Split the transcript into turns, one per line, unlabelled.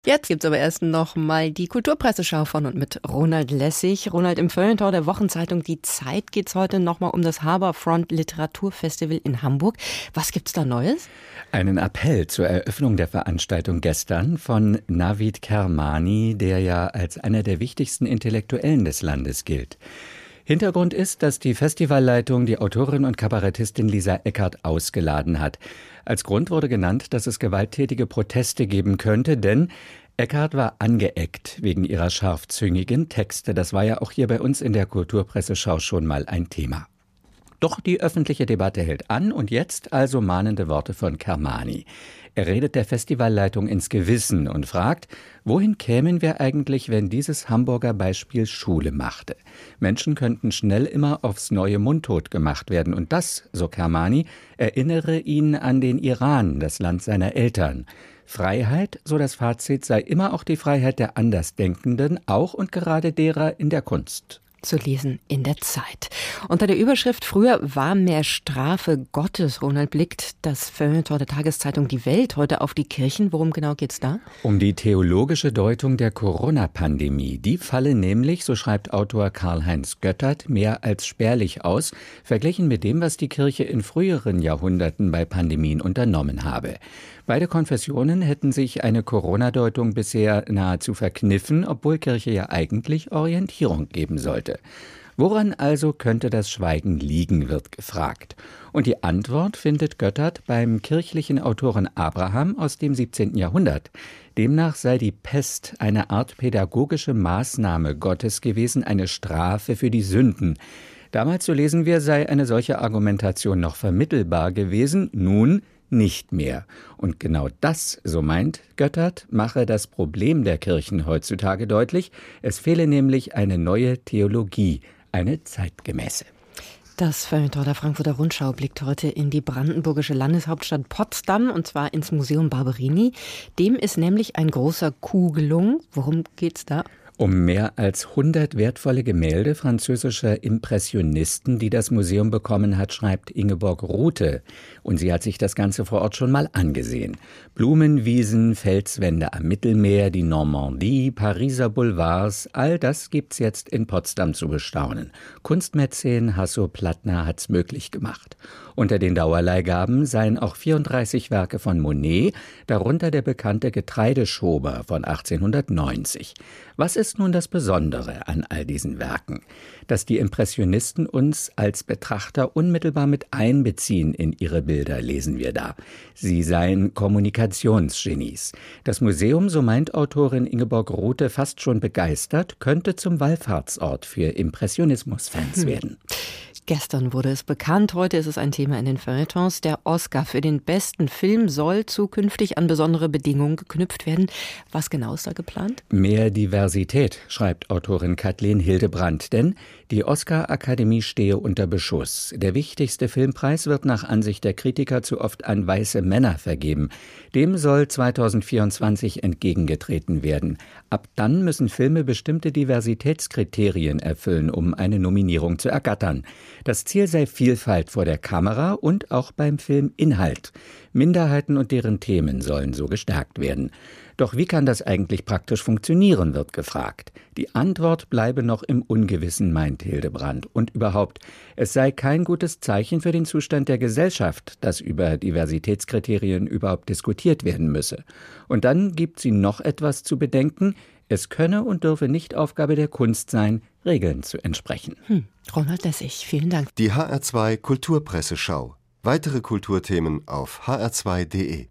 Jetzt gibt's aber erst noch mal die Kulturpresseschau von und mit Ronald Lessig. Ronald, im Feuilleton der Wochenzeitung Die Zeit geht's heute noch mal um das Harbourfront Literaturfestival in Hamburg. Was gibt's da Neues?
Einen Appell zur Eröffnung der Veranstaltung gestern von Navid Kermani, der ja als einer der wichtigsten Intellektuellen des Landes gilt. Hintergrund ist, dass die Festivalleitung die Autorin und Kabarettistin Lisa Eckert ausgeladen hat. Als Grund wurde genannt, dass es gewalttätige Proteste geben könnte, denn Eckert war angeeckt wegen ihrer scharfzüngigen Texte. Das war ja auch hier bei uns in der Kulturpresseschau schon mal ein Thema. Doch die öffentliche Debatte hält an und jetzt also mahnende Worte von Kermani. Er redet der Festivalleitung ins Gewissen und fragt, wohin kämen wir eigentlich, wenn dieses Hamburger Beispiel Schule machte? Menschen könnten schnell immer aufs Neue mundtot gemacht werden und das, so Kermani, erinnere ihn an den Iran, das Land seiner Eltern. Freiheit, so das Fazit, sei immer auch die Freiheit der Andersdenkenden, auch und gerade derer in der Kunst.
Zu lesen in der Zeit. Unter der Überschrift "Früher war mehr Strafe Gottes", Ronald, blickt das Feuilleton der Tageszeitung Die Welt heute auf die Kirchen. Worum genau geht's da?
Um die theologische Deutung der Corona-Pandemie. Die falle nämlich, so schreibt Autor Karl-Heinz Göttert, mehr als spärlich aus, verglichen mit dem, was die Kirche in früheren Jahrhunderten bei Pandemien unternommen habe. Beide Konfessionen hätten sich eine Corona-Deutung bisher nahezu verkniffen, obwohl Kirche ja eigentlich Orientierung geben sollte. Woran also könnte das Schweigen liegen, wird gefragt. Und die Antwort findet Göttert beim kirchlichen Autoren Abraham aus dem 17. Jahrhundert. Demnach sei die Pest eine Art pädagogische Maßnahme Gottes gewesen, eine Strafe für die Sünden. Damals, so lesen wir, sei eine solche Argumentation noch vermittelbar gewesen, nun nicht mehr. Und genau das, so meint Göttert, mache das Problem der Kirchen heutzutage deutlich. Es fehle nämlich eine neue Theologie, eine zeitgemäße.
Das Feuilleton der Frankfurter Rundschau blickt heute in die brandenburgische Landeshauptstadt Potsdam, und zwar ins Museum Barberini. Dem ist nämlich ein großer Coup gelungen. Worum geht's da?
Um mehr als 100 wertvolle Gemälde französischer Impressionisten, die das Museum bekommen hat, schreibt Ingeborg Ruthe. Und sie hat sich das Ganze vor Ort schon mal angesehen. Blumenwiesen, Felswände am Mittelmeer, die Normandie, Pariser Boulevards, all das gibt's jetzt in Potsdam zu bestaunen. Kunstmäzen Hasso-Plattner hat's möglich gemacht. Unter den Dauerleihgaben seien auch 34 Werke von Monet, darunter der bekannte Getreideschober von 1890. Was ist nun das Besondere an all diesen Werken? Dass die Impressionisten uns als Betrachter unmittelbar mit einbeziehen in ihre Bilder, lesen wir da. Sie seien Kommunikationsgenies. Das Museum, so meint Autorin Ingeborg Ruthe, fast schon begeistert, könnte zum Wallfahrtsort für Impressionismus-Fans werden.
Gestern wurde es bekannt, heute ist es ein Thema in den Feuilletons. Der Oscar für den besten Film soll zukünftig an besondere Bedingungen geknüpft werden. Was genau ist da geplant?
Mehr Diversität, schreibt Autorin Kathleen Hildebrandt, denn die Oscar-Akademie stehe unter Beschuss. Der wichtigste Filmpreis wird nach Ansicht der Kritiker zu oft an weiße Männer vergeben. Dem soll 2024 entgegengetreten werden. Ab dann müssen Filme bestimmte Diversitätskriterien erfüllen, um eine Nominierung zu ergattern. Das Ziel sei Vielfalt vor der Kamera und auch beim Filminhalt. Minderheiten und deren Themen sollen so gestärkt werden. Doch wie kann das eigentlich praktisch funktionieren, wird gefragt. Die Antwort bleibe noch im Ungewissen, meint Hildebrandt. Und überhaupt, es sei kein gutes Zeichen für den Zustand der Gesellschaft, dass über Diversitätskriterien überhaupt diskutiert werden müsse. Und dann gibt sie noch etwas zu bedenken. Es könne und dürfe nicht Aufgabe der Kunst sein, Regeln zu entsprechen.
Ronald Lessig, vielen Dank.
Die HR2 Kulturpresseschau. Weitere Kulturthemen auf hr2.de.